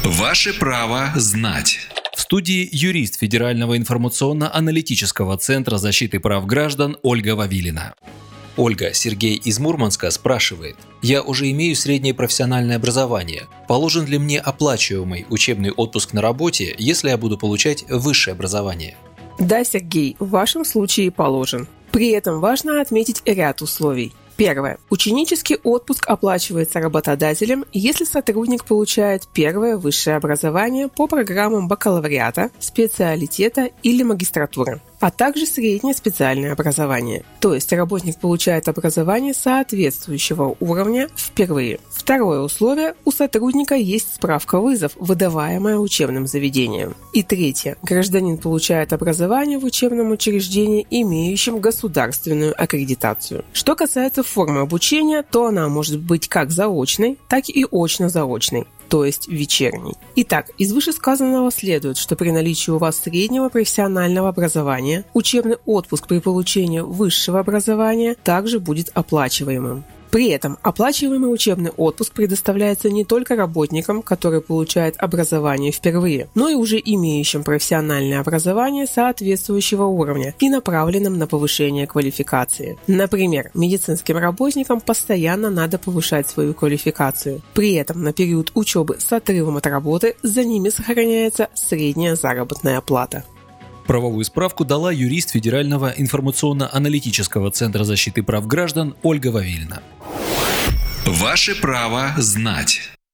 Ваше право знать. В студии юрист Федерального информационно-аналитического центра защиты прав граждан Ольга Вавилина. Ольга, Сергей из Мурманска спрашивает: я уже имею среднее профессиональное образование. Положен ли мне оплачиваемый учебный отпуск на работе, если я буду получать высшее образование? Да, Сергей, в вашем случае положен. При этом важно отметить ряд условий. Первое. Ученический отпуск оплачивается работодателем, если сотрудник получает первое высшее образование по программам бакалавриата, специалитета или магистратуры, а также среднее специальное образование. То есть работник получает образование соответствующего уровня впервые. Второе условие. У сотрудника есть справка-вызов, выдаваемая учебным заведением. И третье. Гражданин получает образование в учебном учреждении, имеющем государственную аккредитацию. Что касается формы обучения, то она может быть как заочной, так и очно-заочной, то есть вечерней. Итак, из вышесказанного следует, что при наличии у вас среднего профессионального образования учебный отпуск при получении высшего образования также будет оплачиваемым. При этом оплачиваемый учебный отпуск предоставляется не только работникам, которые получают образование впервые, но и уже имеющим профессиональное образование соответствующего уровня и направленным на повышение квалификации. Например, медицинским работникам постоянно надо повышать свою квалификацию. При этом на период учебы с отрывом от работы за ними сохраняется средняя заработная плата. Правовую справку дала юрист Федерального информационно-аналитического центра защиты прав граждан Ольга Вавилина. Ваше право знать.